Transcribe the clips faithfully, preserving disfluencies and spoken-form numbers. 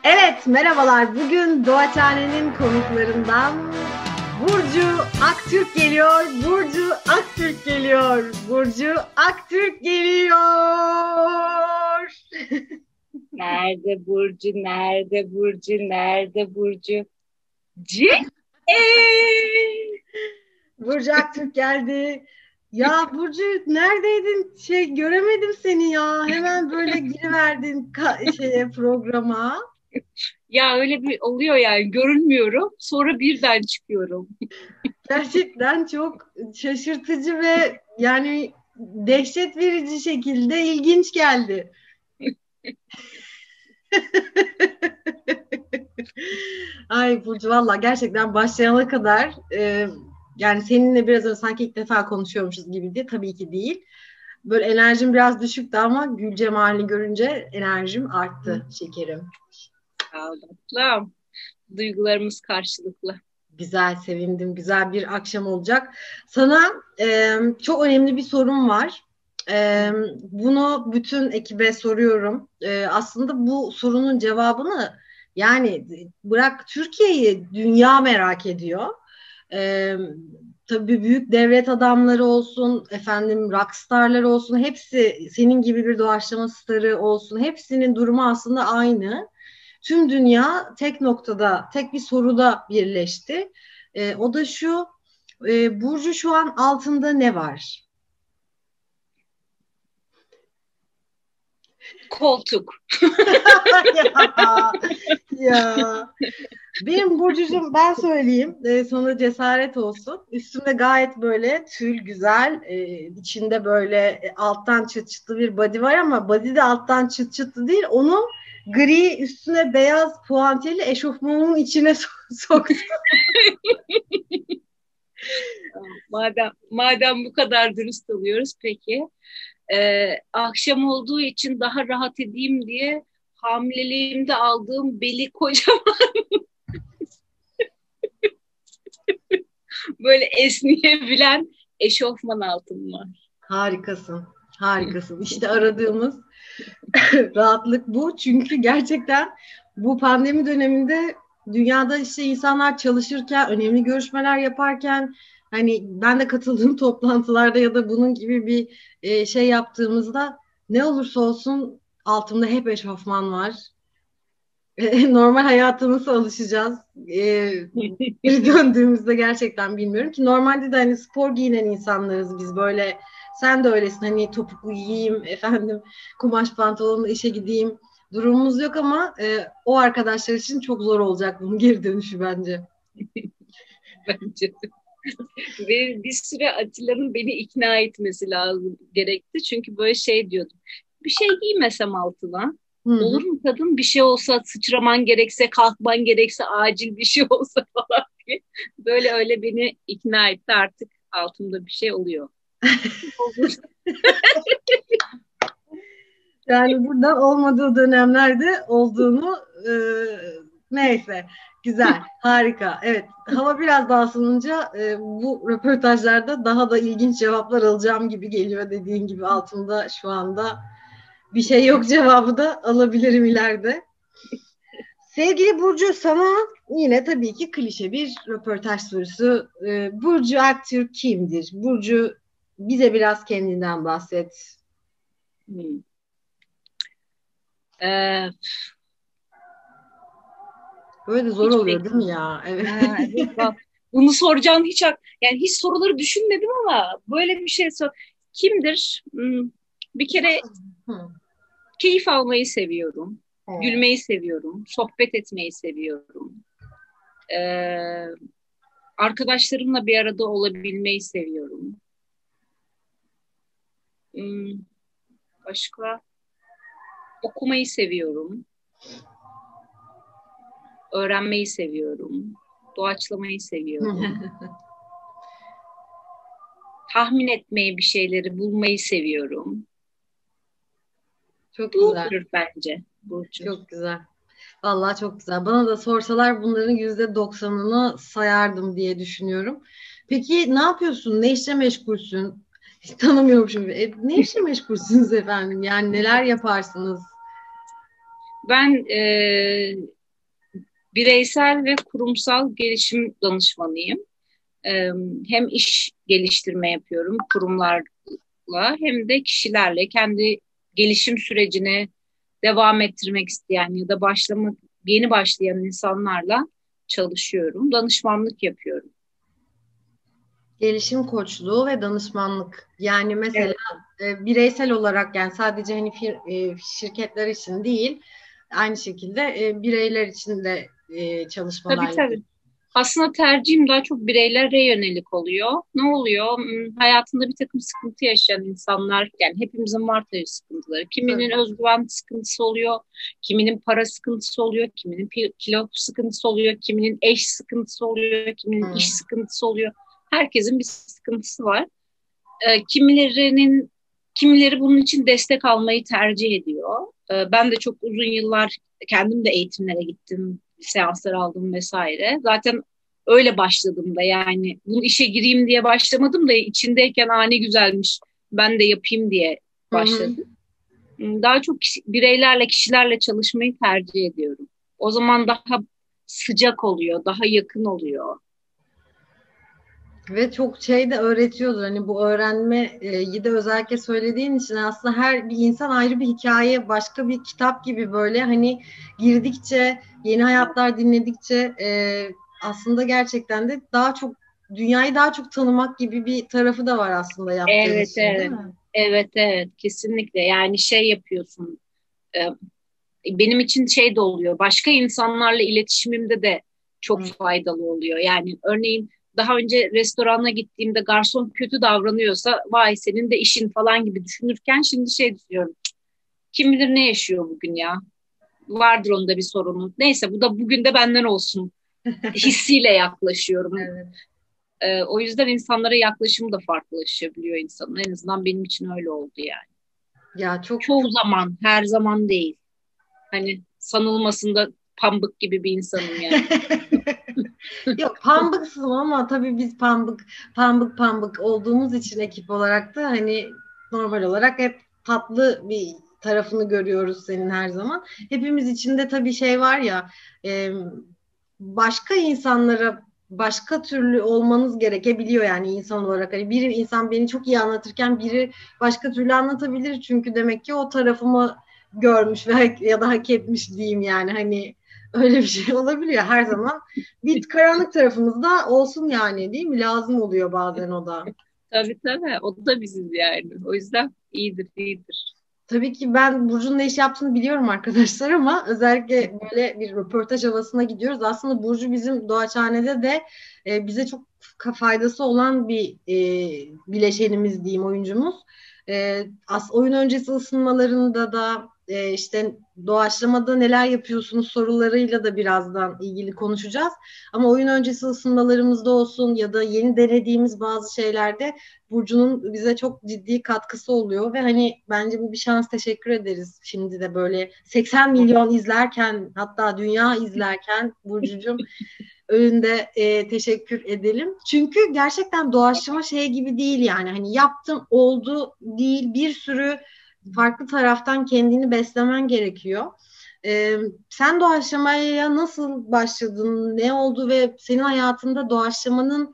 Evet, merhabalar. Bugün Doğaçhane'nin konuklarından Burcu Aktürk geliyor. Burcu Aktürk geliyor. Burcu Aktürk geliyor. Nerede Burcu, nerede Burcu, nerede Burcu? C e Burcu Aktürk geldi. Ya Burcu neredeydin? Şey göremedim seni ya. Hemen böyle giriverdin ka- şeye programa. Ya öyle bir oluyor yani görünmüyorum. Sonra birden çıkıyorum. Gerçekten çok şaşırtıcı ve yani dehşet verici şekilde ilginç geldi. Ay Burcu valla gerçekten başlayana kadar e, yani seninle biraz önce sanki ilk defa konuşuyormuşuz gibi diye tabii ki değil. Böyle enerjim biraz düşüktü ama Gül Cemal'i görünce enerjim arttı şekerim. Aldatlam. Duygularımız karşılıklı. Güzel, sevindim. Güzel bir akşam olacak. Sana e, çok önemli bir sorum var. E, bunu bütün ekibe soruyorum. E, aslında bu sorunun cevabını yani bırak Türkiye'yi dünya merak ediyor. E, tabii büyük devlet adamları olsun, efendim rockstarları olsun, hepsi senin gibi bir doğaçlama starı olsun, hepsinin durumu aslında aynı. Tüm dünya tek noktada, tek bir soruda birleşti. E, o da şu, e, Burcu şu an altında ne var? Koltuk. ya, ya. Benim Burcucuğum ben söyleyeyim e, sana cesaret olsun. Üstümde gayet böyle tül güzel, e, içinde böyle e, alttan çıt çıtlı bir body var ama body de alttan çıt çıtlı değil. Onun gri üstüne beyaz puantiyeli eşofmanın içine so- soktum. Madem madem bu kadar dürüst oluyoruz peki. Ee, akşam olduğu için daha rahat edeyim diye hamileliğimde aldığım beli kocaman böyle esneyebilen eşofman altım var. Harikasın, harikasın. İşte aradığımız rahatlık bu. Çünkü gerçekten bu pandemi döneminde dünyada işte insanlar çalışırken, önemli görüşmeler yaparken hani ben de katıldığım toplantılarda ya da bunun gibi bir e, şey yaptığımızda ne olursa olsun altımda hep eşofman var. E, normal hayata nasıl alışacağız? E, geri döndüğümüzde gerçekten bilmiyorum ki normalde de hani spor giyinen insanlarız biz böyle. Sen de öylesin hani topuklu giyeyim efendim kumaş pantolonla işe gideyim durumumuz yok ama e, o arkadaşlar için çok zor olacak bunun geri dönüşü bence. Bence. Ve bir süre Atilla'nın beni ikna etmesi lazım gerekti. Çünkü böyle şey diyordum. Bir şey giymesem altına. Hı hı. Olur mu kadın? Bir şey olsa sıçraman gerekse, kalkman gerekse, acil bir şey olsa falan diye. Böyle öyle beni ikna etti artık altımda bir şey oluyor. Olur. Yani buradan olmadığı dönemlerde olduğunu e, neyse güzel harika evet hava biraz daha ısınınca e, bu röportajlarda daha da ilginç cevaplar alacağım gibi geliyor dediğin gibi altında şu anda bir şey yok cevabı da alabilirim ileride. Sevgili Burcu sana yine tabii ki klişe bir röportaj sorusu. E, Burcu Aktürk kimdir? Burcu bize biraz kendinden bahset. Hmm. Ee, Böyle zor hiç oluyor değil mi beklemedim. ya? Evet. Ha, evet bak. Bunu soracağım hiç ak- yani hiç soruları düşünmedim ama böyle bir şey sor. Kimdir? Hmm, Bir kere Hı. keyif almayı seviyorum. Evet. Gülmeyi seviyorum. Sohbet etmeyi seviyorum. Ee, Arkadaşlarımla bir arada olabilmeyi seviyorum. Hmm, Başka okumayı seviyorum. Öğrenmeyi seviyorum. Doğaçlamayı seviyorum. Tahmin etmeyi bir şeyleri bulmayı seviyorum. Çok güzel. Budur bence Burcu. Çok güzel. Vallahi çok güzel. Bana da sorsalar bunların yüzde doksanını sayardım diye düşünüyorum. Peki ne yapıyorsun? Ne işle meşgulsün? Hiç tanımıyormuşum. E, ne işle meşgulsünüz efendim? Yani neler yaparsınız? Ben e, bireysel ve kurumsal gelişim danışmanıyım. Ee, hem iş geliştirme yapıyorum kurumlarla hem de kişilerle kendi gelişim sürecini devam ettirmek isteyen ya da başlamak yeni başlayan insanlarla çalışıyorum. Danışmanlık yapıyorum. Gelişim koçluğu ve danışmanlık. Yani mesela Evet. e, bireysel olarak, yani sadece hani fir- e, şirketler için değil, aynı şekilde e, bireyler için de e, Tabii çalışmalar tabii. yapıyorsunuz. Aslında tercihim daha çok bireylere yönelik oluyor. Ne oluyor? Hmm, Hayatında bir takım sıkıntı yaşayan insanlar, yani hepimizin var tabii sıkıntıları. Kiminin Tabii. özgüven sıkıntısı oluyor, kiminin para sıkıntısı oluyor, kiminin pi- kilo sıkıntısı oluyor, kiminin eş sıkıntısı oluyor, kiminin Hı. iş sıkıntısı oluyor. Herkesin bir sıkıntısı var. Ee, kimilerinin kimileri bunun için destek almayı tercih ediyor. Ee, ben de çok uzun yıllar kendim de eğitimlere gittim, seanslar aldım vesaire. Zaten öyle başladım da, yani bu işe gireyim diye başlamadım da içindeyken aa ne güzelmiş ben de yapayım diye Hı hı. başladım. Hmm, Daha çok kişi, bireylerle, kişilerle çalışmayı tercih ediyorum. O zaman daha sıcak oluyor, daha yakın oluyor. Ve çok şey de öğretiyordur. Hani bu öğrenmeyi de özellikle söylediğin için aslında her bir insan ayrı bir hikaye, başka bir kitap gibi, böyle hani girdikçe, yeni hayatlar dinledikçe e, aslında gerçekten de daha çok dünyayı daha çok tanımak gibi bir tarafı da var aslında yaptığın Evet, işin, değil evet. mi? Evet, evet. Kesinlikle. Yani şey yapıyorsun. e, Benim için şey de oluyor. Başka insanlarla iletişimimde de çok Hı. faydalı oluyor. Yani örneğin daha önce restorana gittiğimde garson kötü davranıyorsa vay senin de işin falan gibi düşünürken şimdi şey düşünüyorum. Kim bilir ne yaşıyor bugün ya. Vardır onda bir sorunu. Neyse bu da bugün de benden olsun hissiyle yaklaşıyorum. Evet. E, o yüzden insanlara yaklaşım da farklılaşabiliyor insanın. En azından benim için öyle oldu yani. Ya çok Çoğu çok zaman, her zaman değil. Hani sanılmasında pambık gibi bir insanım yani. Yok, pambıksın ama tabii biz pambık pambık pambık olduğumuz için ekip olarak da hani normal olarak hep tatlı bir tarafını görüyoruz senin her zaman. Hepimiz içinde tabii şey var ya, e, başka insanlara başka türlü olmanız gerekebiliyor yani insan olarak. Hani bir insan beni çok iyi anlatırken biri başka türlü anlatabilir, çünkü demek ki o tarafımı görmüş ve ya da hak etmiş diyeyim, yani hani öyle bir şey olabiliyor her zaman. Bir karanlık tarafımız da olsun yani, değil mi? Lazım oluyor bazen o da. Tabii tabii. O da biziz yani. O yüzden iyidir, iyidir. Tabii ki ben Burcu'nun ne iş yaptığını biliyorum arkadaşlar, ama özellikle böyle bir röportaj havasına gidiyoruz. Aslında Burcu bizim Doğaçhane'de de e, bize çok faydası olan bir e, bileşenimiz diyeyim, oyuncumuz. E, as, oyun öncesi ısınmalarında da e, işte doğaçlamada neler yapıyorsunuz sorularıyla da birazdan ilgili konuşacağız. Ama oyun öncesi ısınmalarımızda olsun ya da yeni denediğimiz bazı şeylerde Burcu'nun bize çok ciddi katkısı oluyor ve hani bence bu bir şans, teşekkür ederiz. Şimdi de böyle seksen milyon izlerken, hatta dünya izlerken Burcu'cum önünde e, teşekkür edelim. Çünkü gerçekten doğaçlama şey gibi değil, yani hani yaptım oldu değil, bir sürü farklı taraftan kendini beslemen gerekiyor. Ee, sen doğaçlamaya nasıl başladın? Ne oldu ve senin hayatında doğaçlamanın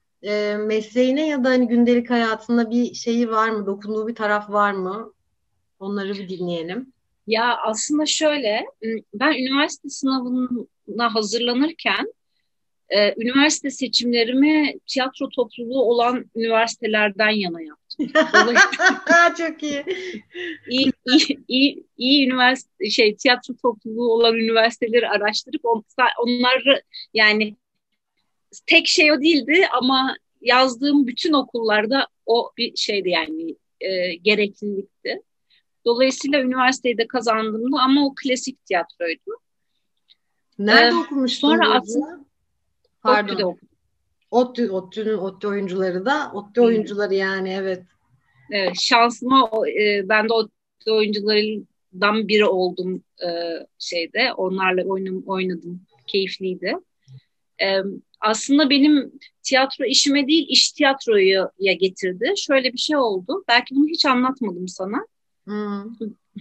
e, mesleğine ya da hani gündelik hayatında bir şeyi var mı? Dokunduğu bir taraf var mı? Onları bir dinleyelim. Ya aslında şöyle, ben üniversite sınavına hazırlanırken e, üniversite seçimlerimi tiyatro topluluğu olan üniversitelerden yana yaptım. Dolayısıyla Çok iyi. iyi, iyi, iyi, iyi üniversite şey tiyatro topluluğu olan üniversiteleri araştırıp on, onları yani tek şey o değildi ama yazdığım bütün okullarda o bir şeydi yani e, gereklilikti. Dolayısıyla üniversiteyi de kazandığımda ama o klasik tiyatroydu. E, Nerede okumuştun sonra aslında Burcu? ODTÜ'de Pardon. okudum. ODTÜ, ODTÜ'nün ODTÜ oyuncuları da ODTÜ Hmm. oyuncuları yani, evet. Evet, şansıma o, e, ben de ODTÜ oyuncularından biri oldum e, şeyde. Onlarla oynam, oynadım. Keyifliydi. E, Aslında benim tiyatro işime değil, iş tiyatroyu ya getirdi. Şöyle bir şey oldu. Belki bunu hiç anlatmadım sana. Hmm.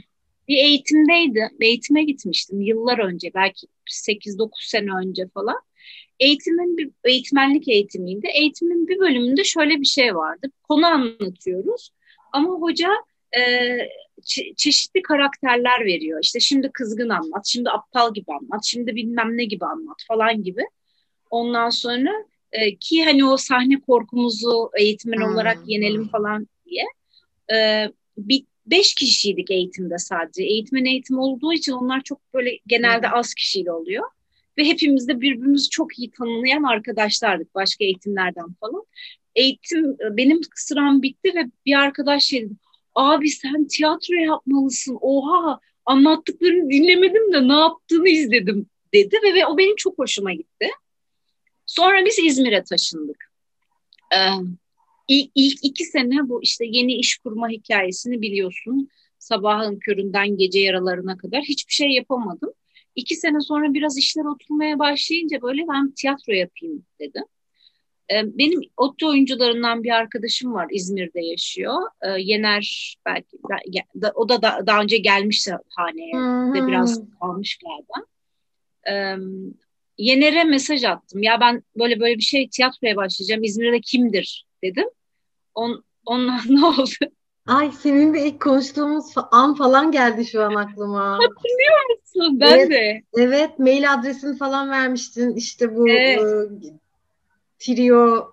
bir eğitimdeydim. Eğitime gitmiştim yıllar önce, belki sekiz dokuz sene önce falan. Eğitimin bir eğitmenlik eğitimiydi. Eğitimin bir bölümünde şöyle bir şey vardı. Konu anlatıyoruz ama hoca e, çe- çeşitli karakterler veriyor. İşte şimdi kızgın anlat, şimdi aptal gibi anlat, şimdi bilmem ne gibi anlat falan gibi. Ondan sonra e, ki hani o sahne korkumuzu eğitmen Hı olarak hı. yenelim falan diye. E, bir, beş kişiydik eğitimde sadece. Eğitmen eğitim olduğu için onlar çok böyle Hı genelde hı. az kişiyle oluyor. Ve hepimiz de birbirimizi çok iyi tanımlayan arkadaşlardık başka eğitimlerden falan. Eğitim, benim sıram bitti ve bir arkadaş şey dedi. Abi sen tiyatro yapmalısın. Oha, anlattıklarını dinlemedim de ne yaptığını izledim dedi ve, ve o benim çok hoşuma gitti. Sonra biz İzmir'e taşındık. Ee, ilk, ilk iki sene bu işte yeni iş kurma hikayesini biliyorsun. Sabahın köründen gece yaralarına kadar hiçbir şey yapamadım. İki sene sonra biraz işler oturmaya başlayınca böyle ben tiyatro yapayım dedim. Ee, benim ODTÜ oyuncularından bir arkadaşım var, İzmir'de yaşıyor. Ee, Yener belki, o da, da daha önce gelmişti Hı haneye de biraz hı. almış galiba. Ee, Yener'e mesaj attım. Ya ben böyle böyle bir şey tiyatroya başlayacağım. İzmir'de kimdir dedim. On, ondan ne oldu? Ay seninle ilk konuştuğumuz fa- an falan geldi şu an aklıma. Hatırlıyor musun? Ben Evet, de. evet mail adresini falan vermiştin. İşte bu Evet. e, trio.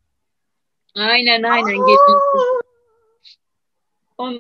Aynen aynen geliyorsun. Aa! On,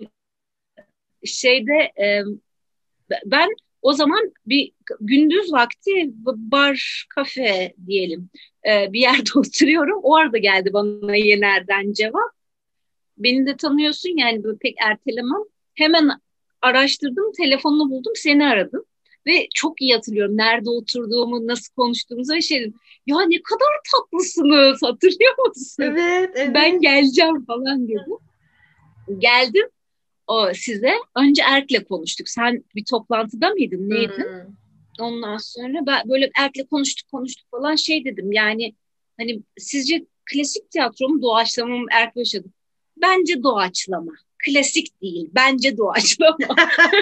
şeyde e, ben o zaman bir gündüz vakti bar, kafe diyelim e, bir yerde oturuyorum. O arada geldi bana Yener'den cevap. Beni de tanıyorsun yani, böyle pek ertelemem. Hemen araştırdım, telefonunu buldum, seni aradım. Ve çok iyi hatırlıyorum nerede oturduğumu, nasıl konuştuğumuzu ve şey dedim. Ya ne kadar tatlısınız, hatırlıyor musun? Evet, Ben evet. geleceğim falan dedim. Geldim o size. Önce Erk'le konuştuk. Sen bir toplantıda mıydın, neydin? Hmm. Ondan sonra ben böyle Erk'le konuştuk konuştuk falan, şey dedim yani, hani sizce klasik tiyatro mu doğaçlama mı? Erk yaşadı. Bence doğaçlama. Klasik değil. Bence doğaçlama.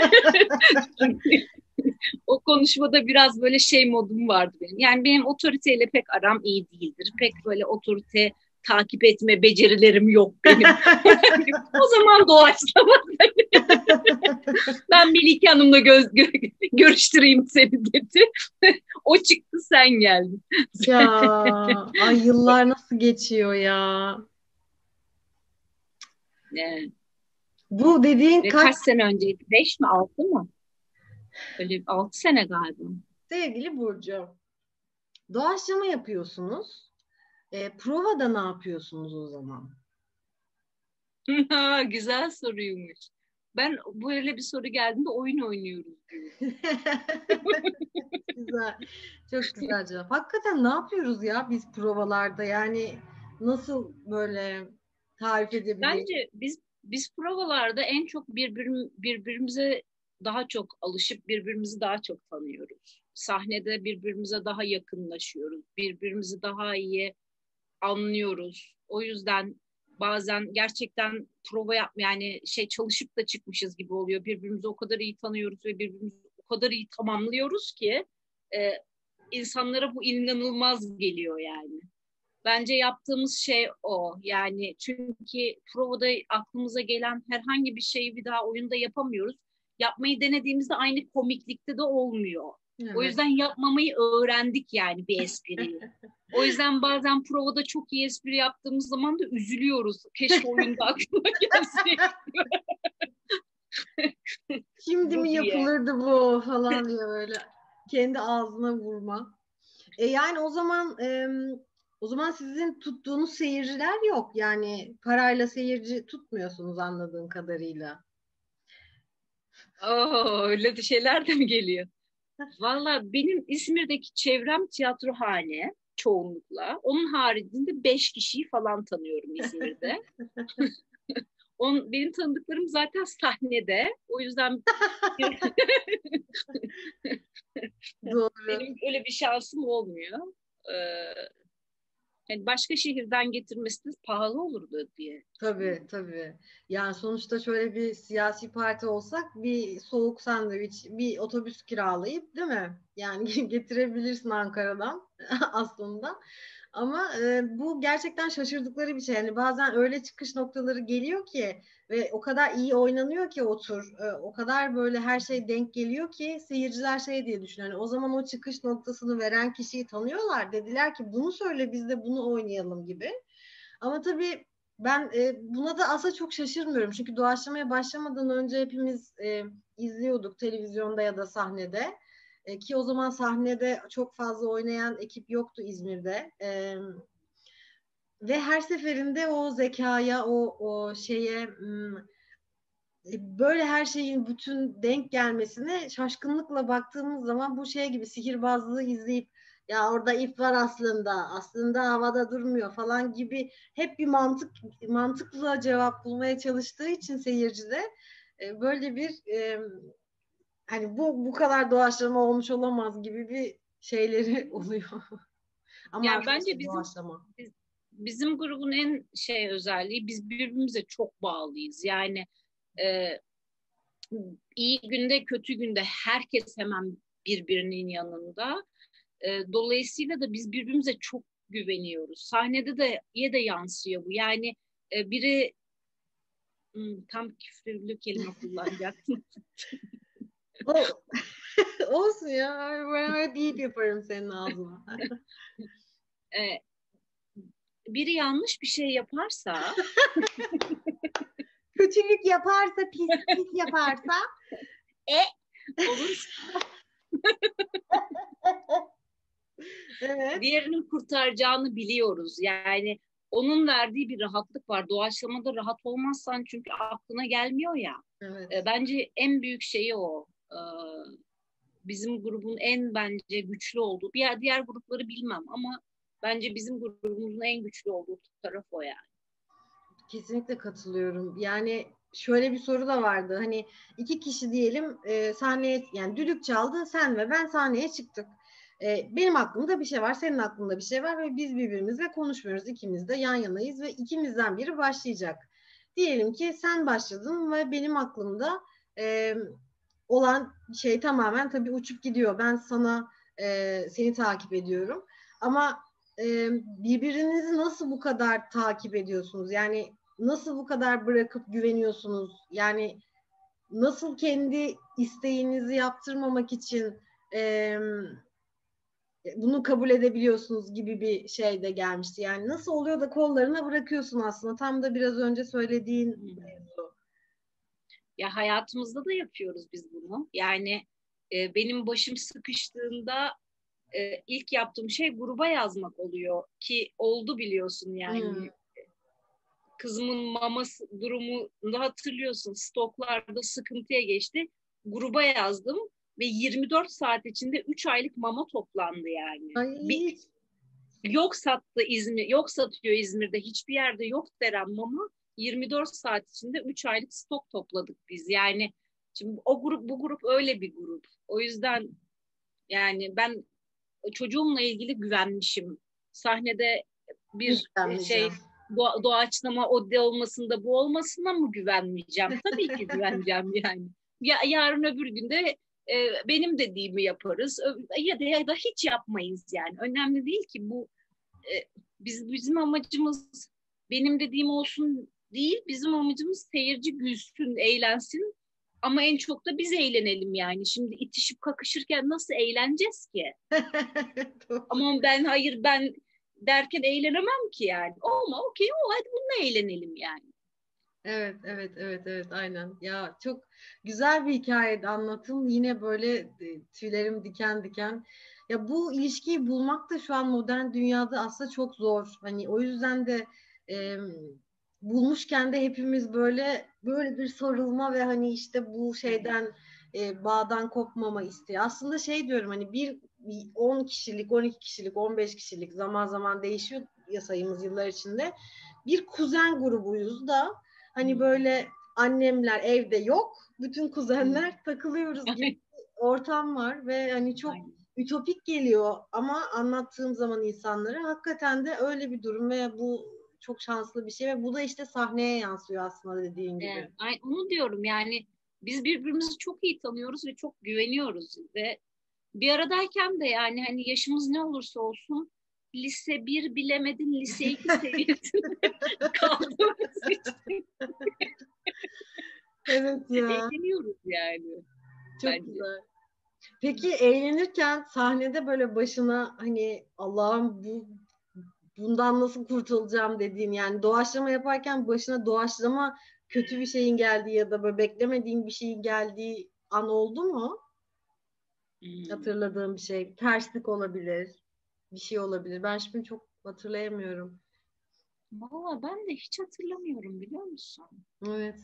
O konuşmada biraz böyle şey modum vardı benim. Yani benim otoriteyle pek aram iyi değildir. Pek böyle otorite takip etme becerilerim yok benim. O zaman doğaçlama. Ben Melike Hanım'la göz, gö- görüştüreyim seni dedi. O çıktı, sen geldin. Ya, ay yıllar nasıl geçiyor ya. Ee, Bu dediğin ve kaç kaç sene önceydi? Beş mi, altı mı? Öyle altı sene galiba. sevgili Burcu? Doğaçlama yapıyorsunuz. E, provada ne yapıyorsunuz o zaman? Güzel soruymuş. Ben böyle bir soru geldiğinde oyun oynuyoruz diyorum. Güzel. Çok güzel cevap. Hakikaten ne yapıyoruz ya biz provalarda? Yani nasıl böyle tarif edebiliriz? Bence biz biz provalarda en çok birbirim, birbirimize daha çok alışıp birbirimizi daha çok tanıyoruz. Sahnede birbirimize daha yakınlaşıyoruz. Birbirimizi daha iyi anlıyoruz. O yüzden bazen gerçekten prova yap yani şey çalışıp da çıkmışız gibi oluyor. Birbirimizi o kadar iyi tanıyoruz ve birbirimizi o kadar iyi tamamlıyoruz ki e, insanlara bu inanılmaz geliyor yani. Bence yaptığımız şey o. Yani çünkü provada aklımıza gelen herhangi bir şeyi bir daha oyunda yapamıyoruz. Yapmayı denediğimizde aynı komiklikte de olmuyor. O Evet. yüzden yapmamayı öğrendik yani bir espriyi. O yüzden bazen provada çok iyi espri yaptığımız zaman da üzülüyoruz. Keşke oyunda aklıma gelseydi. Şimdi mi Bu diye. yapılırdı bu falan diye böyle kendi ağzına vurma. E yani o zaman e, o zaman sizin tuttuğunuz seyirciler yok. Yani parayla seyirci tutmuyorsunuz anladığım kadarıyla. Oo, öyle bir şeyler de mi geliyor? Valla benim İzmir'deki çevrem tiyatrohane çoğunlukla. Onun haricinde beş kişiyi falan tanıyorum İzmir'de. On, benim tanıdıklarım zaten sahnede. O yüzden Doğru. benim öyle bir şansım olmuyor. Ee, Yani başka şehirden getirmesi de pahalı olurdu diye. Tabii tabii. Yani sonuçta şöyle bir siyasi parti olsak bir soğuk sandviç, bir otobüs kiralayıp değil mi? Yani getirebilirsin Ankara'dan aslında. Ama e, bu gerçekten şaşırdıkları bir şey. Yani bazen öyle çıkış noktaları geliyor ki ve o kadar iyi oynanıyor ki o tur. E, o kadar böyle her şey denk geliyor ki seyirciler şey diye düşünüyor. Yani o zaman o çıkış noktasını veren kişiyi tanıyorlar. Dediler ki bunu söyle biz de bunu oynayalım gibi. Ama tabii ben e, buna da aslında çok şaşırmıyorum. Çünkü doğaçlamaya başlamadan önce hepimiz e, izliyorduk televizyonda ya da sahnede. E, ki o zaman sahnede çok fazla oynayan ekip yoktu İzmir'de. E, ve her seferinde o zekaya, o, o şeye m, e, böyle her şeyin bütün denk gelmesine şaşkınlıkla baktığımız zaman bu şey gibi sihirbazlığı izleyip ya orada ip var aslında aslında havada durmuyor falan gibi hep bir mantık mantıkla cevap bulmaya çalıştığı için seyircide e, böyle bir e, hani bu bu kadar doğaçlama olmuş olamaz gibi bir şeyleri oluyor. Ama Yani bence arkadaşlar bizim doğaçlama. biz- bizim grubun en şey özelliği, biz birbirimize çok bağlıyız. Yani e, iyi günde kötü günde herkes hemen birbirinin yanında. E, dolayısıyla da biz birbirimize çok güveniyoruz. Sahnede de ye de yansıyor bu. Yani e, biri hmm, tam küfürlü kelime kullanacaktım. O, olsun ya. Ben öyle deyip yaparım senin ağzına. E, biri yanlış bir şey yaparsa Kötülük yaparsa, pislik yaparsa e olursa evet. diğerinin kurtaracağını biliyoruz. Yani onun verdiği bir rahatlık var. Doğaçlamada rahat olmazsan çünkü aklına gelmiyor ya. E, Evet. bence en büyük şeyi o. E, bizim grubun en bence güçlü olduğu. Diğer diğer grupları bilmem ama bence bizim grubumuzun en güçlü olduğu taraf o yani. Kesinlikle katılıyorum. Yani şöyle bir soru da vardı. Hani iki kişi diyelim e, sahneye yani düdük çaldı sen ve ben sahneye çıktık. E, benim aklımda bir şey var, senin aklında bir şey var ve biz birbirimizle konuşmuyoruz. İkimiz de yan yanayız ve ikimizden biri başlayacak. Diyelim ki sen başladın ve benim aklımda e, olan şey tamamen tabii uçup gidiyor. Ben sana e, seni takip ediyorum. Ama e, birbirinizi nasıl bu kadar takip ediyorsunuz? Yani nasıl bu kadar bırakıp güveniyorsunuz? Yani nasıl kendi isteğinizi yaptırmamak için e, bunu kabul edebiliyorsunuz gibi bir şey de gelmişti. Yani nasıl oluyor da kollarına bırakıyorsun aslında. Tam da biraz önce söylediğin Hmm. mevzu. Ya hayatımızda da yapıyoruz biz bunu. Yani e, benim başım sıkıştığında e, ilk yaptığım şey gruba yazmak oluyor ki oldu biliyorsun Hmm. yani. Kızımın maması durumunu hatırlıyorsun. Stoklarda sıkıntıya geçti. Gruba yazdım ve yirmi dört saat içinde üç aylık mama toplandı yani. Bir, Ay, yok sattı İzmir, yok satıyor İzmir'de. Hiçbir yerde yok deren mama yirmi dört saat içinde üç aylık stok topladık biz. Yani şimdi o grup bu grup öyle bir grup. O yüzden yani ben çocuğumla ilgili güvenmişim. Sahnede hiç bir beğenmeyeceğim. şey doğa, doğaçlama o de olmasında bu olmasına mı güvenmeyeceğim? Tabii ki güveneceğim yani. Ya, yarın öbür günde e, benim dediğimi yaparız ya da, ya da hiç yapmayız yani. Önemli değil ki bu e, biz bizim amacımız benim dediğim olsun değil. Bizim amacımız seyirci gülsün, eğlensin. Ama en çok da biz eğlenelim yani. Şimdi itişip kakışırken nasıl eğleneceğiz ki? Doğru. Ama ben hayır ben derken eğlenemem ki yani. Olma okey o hadi bununla eğlenelim yani. Evet, evet, evet, evet, aynen. Ya çok güzel bir hikayeydi anlatım. Yine böyle e, tüylerim diken diken. Ya bu ilişkiyi bulmak da şu an modern dünyada aslında çok zor. Hani o yüzden de e, bulmuşken de hepimiz böyle böyle bir sarılma ve hani işte bu şeyden e, bağdan kopmama isteği. Aslında şey diyorum hani bir, bir on kişilik, on iki kişilik, on beş kişilik zaman zaman değişiyor ya sayımız yıllar içinde. Bir kuzen grubuyuz da hani Hmm. böyle annemler evde yok. Bütün Hmm. kuzenler takılıyoruz gibi bir ortam var ve hani çok Aynen. ütopik geliyor ama anlattığım zaman insanlara hakikaten de öyle bir durum ve bu çok şanslı bir şey ve bu da işte sahneye yansıyor aslında dediğin Ee, gibi. ay- onu diyorum yani biz birbirimizi çok iyi tanıyoruz ve çok güveniyoruz ve bir aradayken de yani hani yaşımız ne olursa olsun lise bir bilemedin lise iki seviyesinde kaldığımız için Evet ya, eğleniyoruz yani çok bence. güzel. Peki eğlenirken sahnede böyle başına hani Allah'ım bu bundan nasıl kurtulacağım dediğin yani doğaçlama yaparken başına doğaçlama kötü bir şeyin geldiği ya da böyle beklemediğin bir şeyin geldiği an oldu mu? Hmm. Hatırladığım bir şey. Terslik olabilir. Bir şey olabilir. Ben şimdi çok hatırlayamıyorum. Valla ben de hiç hatırlamıyorum biliyor musun? Evet.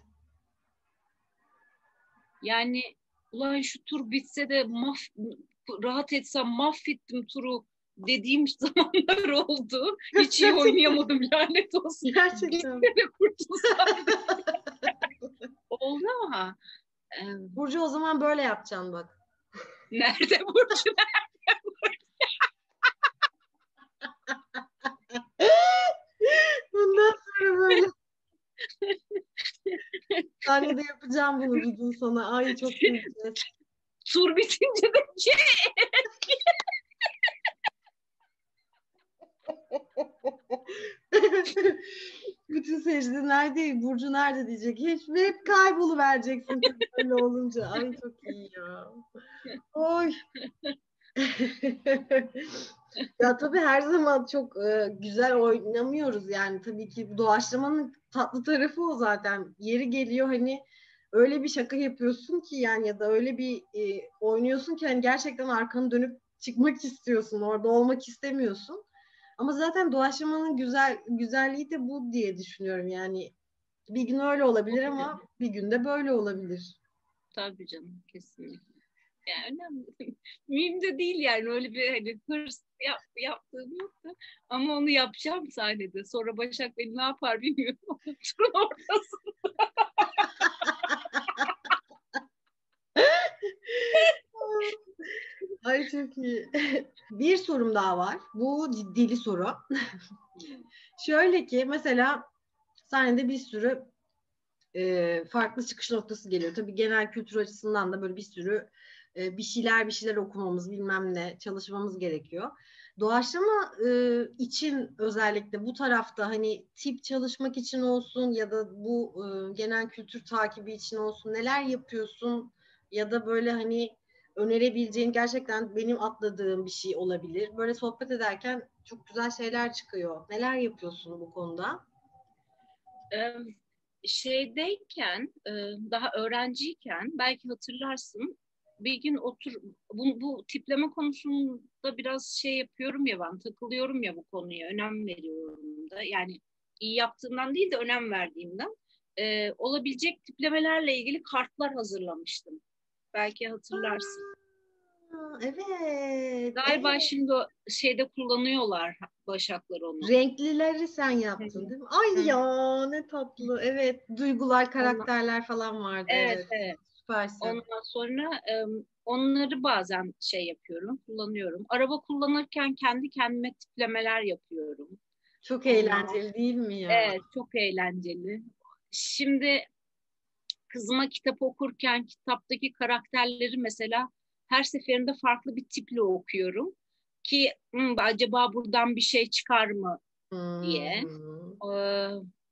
Yani ulan şu tur bitse de maf rahat etsem mahvettim turu dediğim zamanlar oldu. Hiç iyi oynayamadım lanet olsun. Bitse Gerçekten. de kurtulsam oldu ama e, Burcu o zaman böyle yapacaksın bak. nerede Burcu? Bundan sonra böyle sahnede yapacağım bunu bir gün sana. Ay çok güleceğiz. Tur bitince de şey, Bütün seyirciler nerede, Burcu nerede diyecek. Hiç ve hep kayboluvereceksin tabii böyle olunca. Ay çok iyi ya. Oy. Ya tabii her zaman çok e, güzel oynamıyoruz yani tabii ki bu doğaçlamanın tatlı tarafı o zaten. Yeri geliyor hani öyle bir şaka yapıyorsun ki yani ya da öyle bir e, oynuyorsun ki hani gerçekten arkanı dönüp çıkmak istiyorsun. Orada olmak istemiyorsun. Ama zaten doğaçlamanın güzel güzelliği de bu diye düşünüyorum yani. Bir gün öyle olabilir tabii ama canım, bir gün de böyle olabilir. tabii canım kesinlikle. Yani önemli. Mühim de değil yani öyle bir hani hırs yap, yaptığım yoktu. Ama onu yapacağım sahnede. Sonra Başak beni ne yapar bilmiyorum. Turun ortası. Ay çok iyi. Bir sorum daha var. Bu ciddili soru. Şöyle ki mesela sahnede bir sürü e, farklı çıkış noktası geliyor. Tabii genel kültür açısından da böyle bir sürü e, bir şeyler bir şeyler okumamız bilmem ne çalışmamız gerekiyor. Doğaçlama e, için özellikle bu tarafta hani tip çalışmak için olsun ya da bu e, genel kültür takibi için olsun neler yapıyorsun ya da böyle hani önerebileceğin gerçekten benim atladığım bir şey olabilir. Böyle sohbet ederken çok güzel şeyler çıkıyor. Neler yapıyorsun bu konuda? Ee, şeydeyken e, daha öğrenciyken belki hatırlarsın bir gün otur bu, bu tipleme konusunda biraz şey yapıyorum ya ben takılıyorum ya bu konuya önem veriyorum da yani iyi yaptığımdan değil de önem verdiğimden e, olabilecek tiplemelerle ilgili kartlar hazırlamıştım. Belki hatırlarsın. Aa, evet, Galiba evet. şimdi o şeyde kullanıyorlar Başaklar onu. Renklileri sen Hı yaptın hı. değil mi? Ay Hı. ya ne tatlı. Evet, duygular, Ondan, karakterler falan vardı. evet, Evet. evet. Süpersin. Ondan sonra e, onları bazen şey yapıyorum, kullanıyorum. Araba kullanırken kendi kendime tiplemeler yapıyorum. Çok Ondan, eğlenceli değil mi ya? evet, çok eğlenceli. Şimdi kızıma kitap okurken kitaptaki karakterleri mesela her seferinde farklı bir tiple okuyorum ki "Hmm, acaba buradan bir şey çıkar mı diye. Hmm. Ee,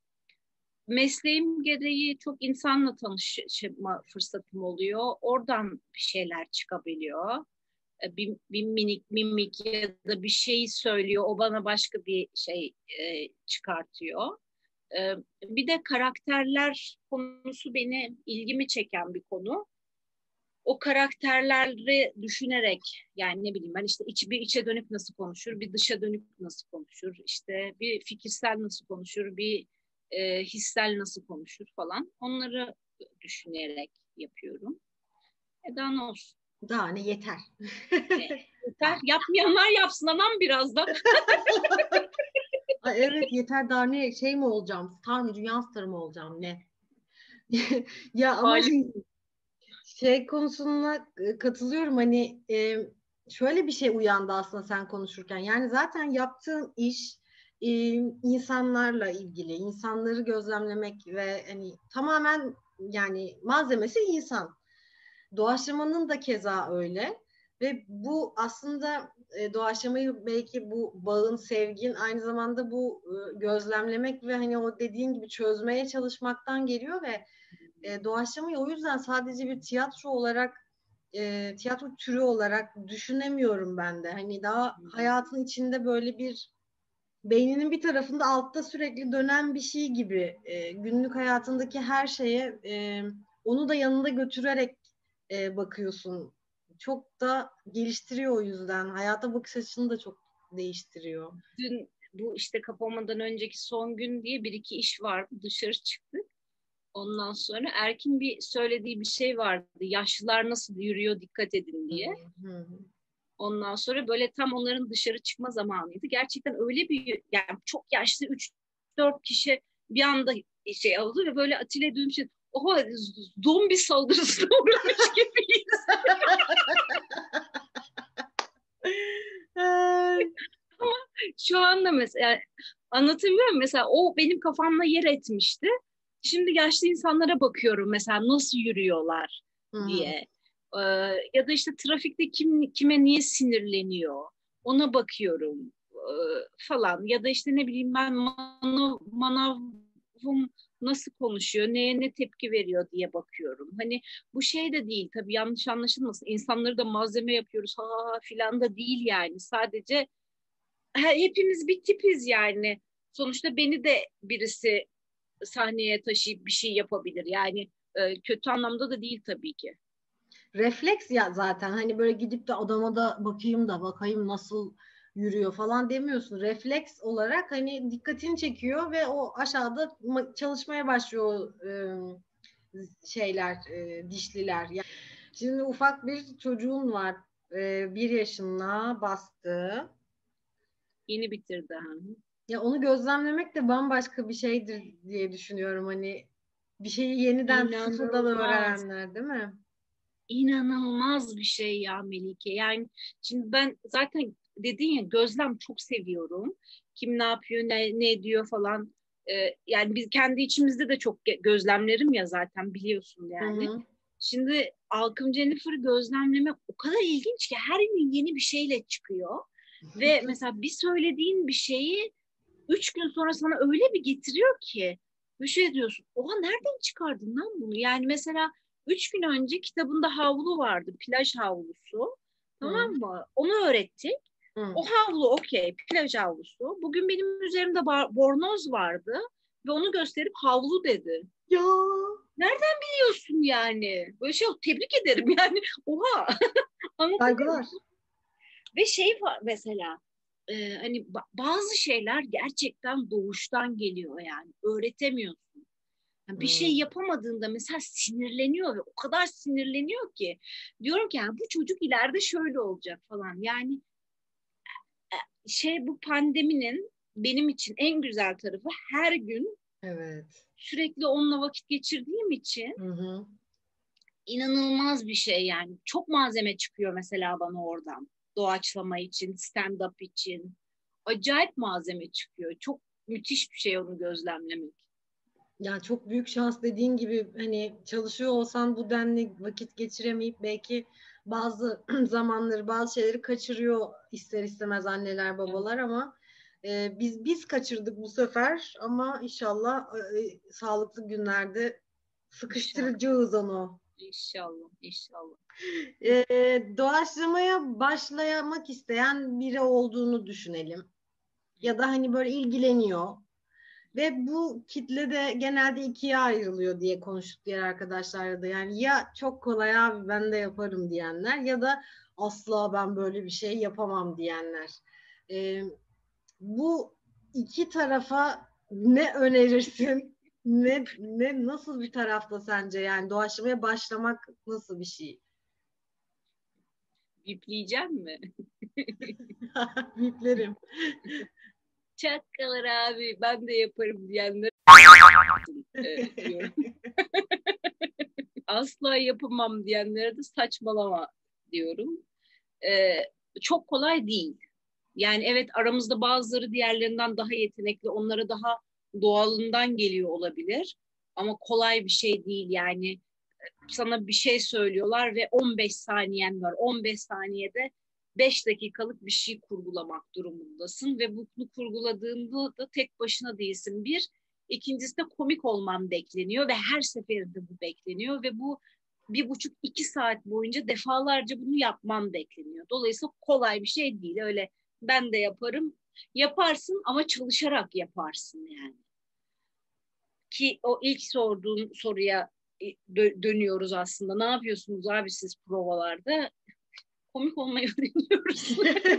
mesleğim gereği çok insanla tanışma fırsatım oluyor. Oradan bir şeyler çıkabiliyor. E, Bir, bir minik mimik ya da bir şey söylüyor. O bana başka bir şey e, çıkartıyor. E, bir de karakterler konusu beni ilgimi çeken bir konu. O karakterleri düşünerek yani ne bileyim ben işte iç, bir içe dönük nasıl konuşur, bir dışa dönük nasıl konuşur, işte bir fikirsel nasıl konuşur, bir e, hissel nasıl konuşur falan. Onları düşünerek yapıyorum. E daha ne olsun. Daha ne yeter. E, yeter. Yapmayanlar yapsın anam biraz da. Ay, evet yeter daha ne şey mi olacağım? Star mı? Dünya starı mı olacağım? Ne? Ya ama Halim. şey konusuna e, katılıyorum hani e, şöyle bir şey uyandı aslında sen konuşurken. Yani zaten yaptığın iş e, insanlarla ilgili, insanları gözlemlemek ve hani tamamen yani malzemesi insan. Doğaçlamanın da keza öyle. Ve bu aslında e, doğaçlamayı belki bu bağın, sevgin aynı zamanda bu e, gözlemlemek ve hani o dediğin gibi çözmeye çalışmaktan geliyor ve e, doğaçlamayı o yüzden sadece bir tiyatro olarak e, tiyatro türü olarak düşünemiyorum ben de. Hani daha hayatın içinde böyle bir beyninin bir tarafında altta sürekli dönen bir şey gibi e, günlük hayatındaki her şeye e, onu da yanında götürerek e, bakıyorsun. Çok da geliştiriyor o yüzden. Hayata bakış açını da çok değiştiriyor. Dün bu işte kapamadan önceki son gün diye bir iki iş vardı. Dışarı çıktık. Ondan sonra Erkin bir söylediği bir şey vardı. Yaşlılar nasıl yürüyor dikkat edin Hı diye. hı. Ondan sonra böyle tam onların dışarı çıkma zamanıydı. Gerçekten öyle bir yani çok yaşlı üç dört kişi bir anda şey oldu ve böyle Atilla duymuş. Oha zombi saldırısına uğramış gibiyiz. Ama şu anda mesela anlatabiliyor muyum? Mesela o benim kafamda yer etmişti. Şimdi yaşlı insanlara bakıyorum mesela nasıl yürüyorlar Hı hı. diye. Ee, ya da işte trafikte kim kime niye sinirleniyor ona bakıyorum ee, falan. Ya da işte ne bileyim ben manav, manavım nasıl konuşuyor, neye ne tepki veriyor diye bakıyorum. Hani bu şey de değil tabii yanlış anlaşılmasın. İnsanları da malzeme yapıyoruz ha filan da değil yani. Sadece hepimiz bir tipiz yani. Sonuçta beni de birisi sahneye taşıyıp bir şey yapabilir. Yani e, kötü anlamda da değil tabii ki. Refleks ya zaten hani böyle gidip de adama da bakayım da bakayım nasıl yürüyor falan demiyorsun. Refleks olarak hani dikkatini çekiyor ve o aşağıda çalışmaya başlıyor e, şeyler, e, dişliler. Yani şimdi ufak bir çocuğun var. E, bir yaşına bastı. Yeni bitirdi. Ha. Ya onu gözlemlemek de bambaşka bir şeydir diye düşünüyorum. Hani bir şeyi yeniden sıfırdan İnanılmaz. öğrenenler, değil mi? İnanılmaz bir şey ya Melike. Yani şimdi ben zaten dedin ya gözlem çok seviyorum. Kim ne yapıyor, ne, ne ediyor falan. Ee, yani biz kendi içimizde de çok gözlemlerim ya zaten biliyorsun Hı yani. hı. Şimdi Alkım Jennifer'ı gözlemlemek o kadar ilginç ki her gün yeni bir şeyle çıkıyor. Ve mesela bir söylediğin bir şeyi üç gün sonra sana öyle bir getiriyor ki bir şey diyorsun. Oha nereden çıkardın lan bunu? Yani mesela üç gün önce kitabında havlu vardı. Plaj havlusu. Tamam Hı mı? Onu öğrettik. hı. O havlu okey. Plaj havlusu. Bugün benim üzerimde bar- bornoz vardı. Ve onu gösterip havlu dedi. Ya Nereden biliyorsun yani? Böyle şey tebrik ederim yani. Oha anlatabiliyor saygılar. muyum? Ve şey var mesela e, hani ba- bazı şeyler gerçekten doğuştan geliyor yani öğretemiyorsun. Yani bir şey Hmm. yapamadığında mesela sinirleniyor ve o kadar sinirleniyor ki diyorum ki yani bu çocuk ileride şöyle olacak falan. Yani şey bu pandeminin benim için en güzel tarafı her gün Evet. sürekli onunla vakit geçirdiğim için Hı hı. inanılmaz bir şey yani. Çok malzeme çıkıyor mesela bana oradan. Doğaçlama için, stand-up için. Acayip malzeme çıkıyor. Çok müthiş bir şey onu gözlemlemek. Ya çok büyük şans dediğin gibi hani çalışıyor olsan bu denli vakit geçiremeyip belki bazı zamanları bazı şeyleri kaçırıyor ister istemez anneler Evet, babalar ama e, biz biz kaçırdık bu sefer ama inşallah e, sağlıklı günlerde inşallah. sıkıştıracağız onu. İnşallah, inşallah. E, Doğaçlamaya başlamak isteyen biri olduğunu düşünelim. Ya da hani böyle ilgileniyor. Ve bu kitle de genelde ikiye ayrılıyor diye konuştuk diğer arkadaşlarla da. Yani ya çok kolay abi ben de yaparım diyenler ya da asla ben böyle bir şey yapamam diyenler. Ee, Bu iki tarafa ne önerirsin? Ne, ne nasıl bir tarafta sence yani doğaçlamaya başlamak nasıl bir şey? Bipleyeceğim mi? Biplerim. Çakkalar abi ben de yaparım diyenler e, diyorum. Asla yapamam diyenlere de saçmalama diyorum. e, çok kolay değil. Yani evet, aramızda bazıları diğerlerinden daha yetenekli, onlara daha doğalından geliyor olabilir. Ama kolay bir şey değil yani. Sana bir şey söylüyorlar ve on beş saniyen var. on beş saniyede beş dakikalık bir şey kurgulamak durumundasın ve bunu kurguladığında da tek başına değilsin. Bir, ikincisi de komik olman bekleniyor ve her seferinde bu bekleniyor ve bu bir buçuk iki saat boyunca defalarca bunu yapman bekleniyor. Dolayısıyla kolay bir şey değil. Öyle ben de yaparım. Yaparsın ama çalışarak yaparsın yani. Ki o ilk sorduğun soruya dö- dönüyoruz aslında. Ne yapıyorsunuz abi siz provalarda? Komik olmayı öğreniyoruz.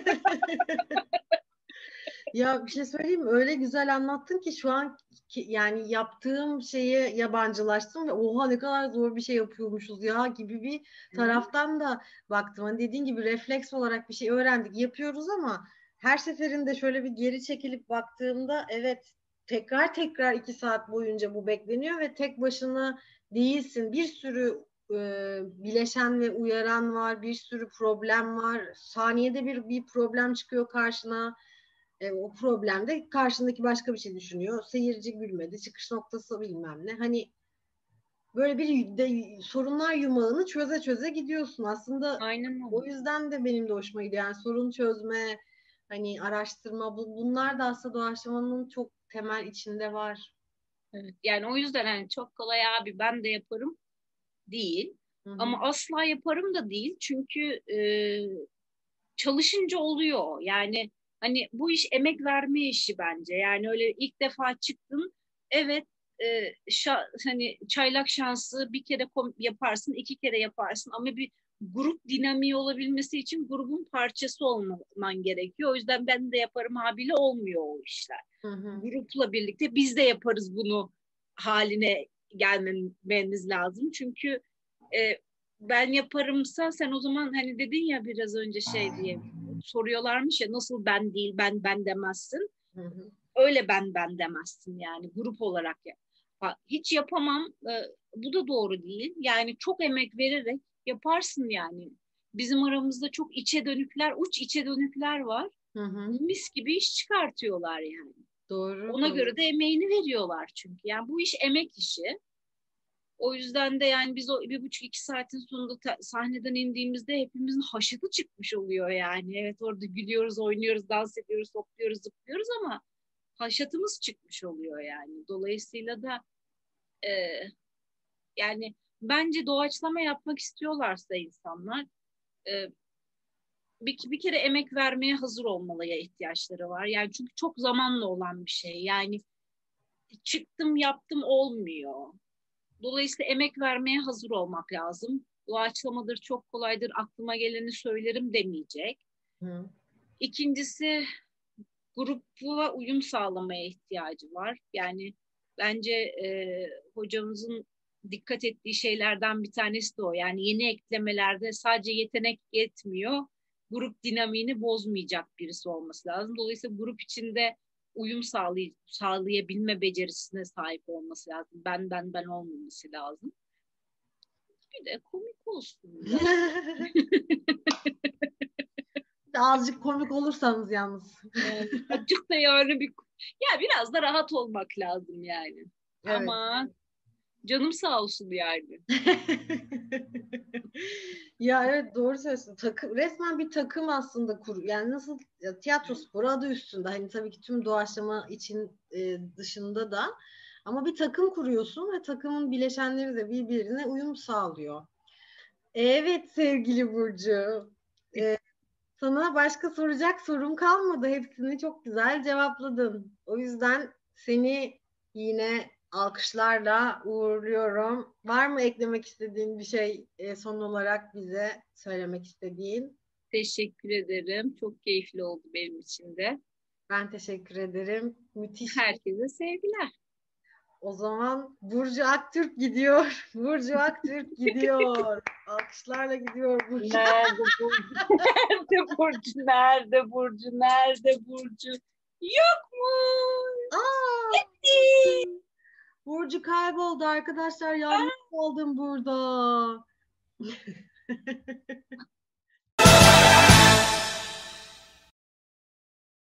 Ya bir şey söyleyeyim mi? Öyle güzel anlattın ki şu an ki, yani yaptığım şeyi yabancılaştım ve oha ne kadar zor bir şey yapıyormuşuz ya gibi bir taraftan da baktım. Hani dediğin gibi refleks olarak bir şey öğrendik, yapıyoruz ama her seferinde şöyle bir geri çekilip baktığımda evet tekrar tekrar iki saat boyunca bu bekleniyor ve tek başına değilsin. Bir sürü e, bileşen ve uyaran var, bir sürü problem var. Saniyede bir bir problem çıkıyor karşına. E, o problemde karşındaki başka bir şey düşünüyor. Seyirci gülmedi, çıkış noktası bilmem ne. Hani böyle bir de, sorunlar yumağını çöze çöze gidiyorsun. Aslında Aynen o öyle. yüzden de benim de hoşuma gidiyor. Yani sorun çözme, hani araştırma, bu, bunlar da aslında doğaçlamanın çok temel içinde var. Evet. Yani o yüzden hani çok kolay abi ben de yaparım değil. Hı hı. Ama asla yaparım da değil. Çünkü e, çalışınca oluyor. Yani hani bu iş emek verme işi bence. Yani öyle ilk defa çıktın. Evet, e, şa, hani çaylak şansı bir kere yaparsın, iki kere yaparsın ama bir grup dinamiği olabilmesi için grubun parçası olman gerekiyor. O yüzden ben de yaparım abiyle olmuyor o işler. Hı hı. Grupla birlikte biz de yaparız bunu haline gelmemiz lazım. Çünkü e, ben yaparımsa sen o zaman hani dedin ya biraz önce şey diye soruyorlarmış ya nasıl ben değil ben ben demezsin. Hı hı. Öyle ben ben demezsin yani grup olarak ya. Hiç yapamam, e, bu da doğru değil. Yani çok emek vererek yaparsın yani. Bizim aramızda çok içe dönükler, uç içe dönükler var. Hı hı. Mis gibi iş çıkartıyorlar yani. Doğru, Ona doğru. göre de emeğini veriyorlar çünkü. Yani bu iş emek işi. O yüzden de yani biz o bir buçuk iki saatin sonunda ta- sahneden indiğimizde hepimizin haşıtı çıkmış oluyor yani. Evet, orada gülüyoruz, oynuyoruz, dans ediyoruz, hopluyoruz, zıplıyoruz ama haşatımız çıkmış oluyor yani. Dolayısıyla da e, yani bence doğaçlama yapmak istiyorlarsa insanlar e, bir, bir kere emek vermeye hazır olmalıya ihtiyaçları var. Yani çünkü çok zamanla olan bir şey. Yani çıktım yaptım olmuyor. Dolayısıyla emek vermeye hazır olmak lazım. Doğaçlamadır, çok kolaydır, aklıma geleni söylerim demeyecek. Hı. İkincisi, gruba uyum sağlamaya ihtiyacı var. Yani bence e, hocamızın dikkat ettiği şeylerden bir tanesi de o. Yani yeni eklemelerde sadece yetenek yetmiyor. Grup dinamiğini bozmayacak birisi olması lazım. Dolayısıyla grup içinde uyum sağlay sağlayabilme becerisine sahip olması lazım. Ben ben ben olmaması lazım. Bir de komik olsun biraz. Azıcık komik olursanız yalnız. Yani azıcık da yani bir ya biraz da rahat olmak lazım yani. Evet. Ama canım sağ olsun yani. Ya evet doğru söylüyorsun. Takım, resmen bir takım aslında kur. Yani nasıl ya, tiyatro sporu adı üstünde. Hani tabii ki tüm doğaçlama için e, dışında da ama bir takım kuruyorsun ve takımın bileşenleri de birbirine uyum sağlıyor. Evet sevgili Burcu. E, sana başka soracak sorum kalmadı. Hepsini çok güzel cevapladın. O yüzden seni yine alkışlarla uğurluyorum. Var mı eklemek istediğin bir şey e, son olarak bize söylemek istediğin? Teşekkür ederim. Çok keyifli oldu benim için de. Ben teşekkür ederim. Müthiş. Herkese sevgiler. O zaman Burcu Aktürk gidiyor. Burcu Aktürk gidiyor. Alkışlarla gidiyor Burcu. Nerede Burcu? Nerede Burcu? Nerede Burcu? Nerede Burcu? Yok mu? Aa, Gitti. Burcu kayboldu arkadaşlar. Yalnız kaldım burada.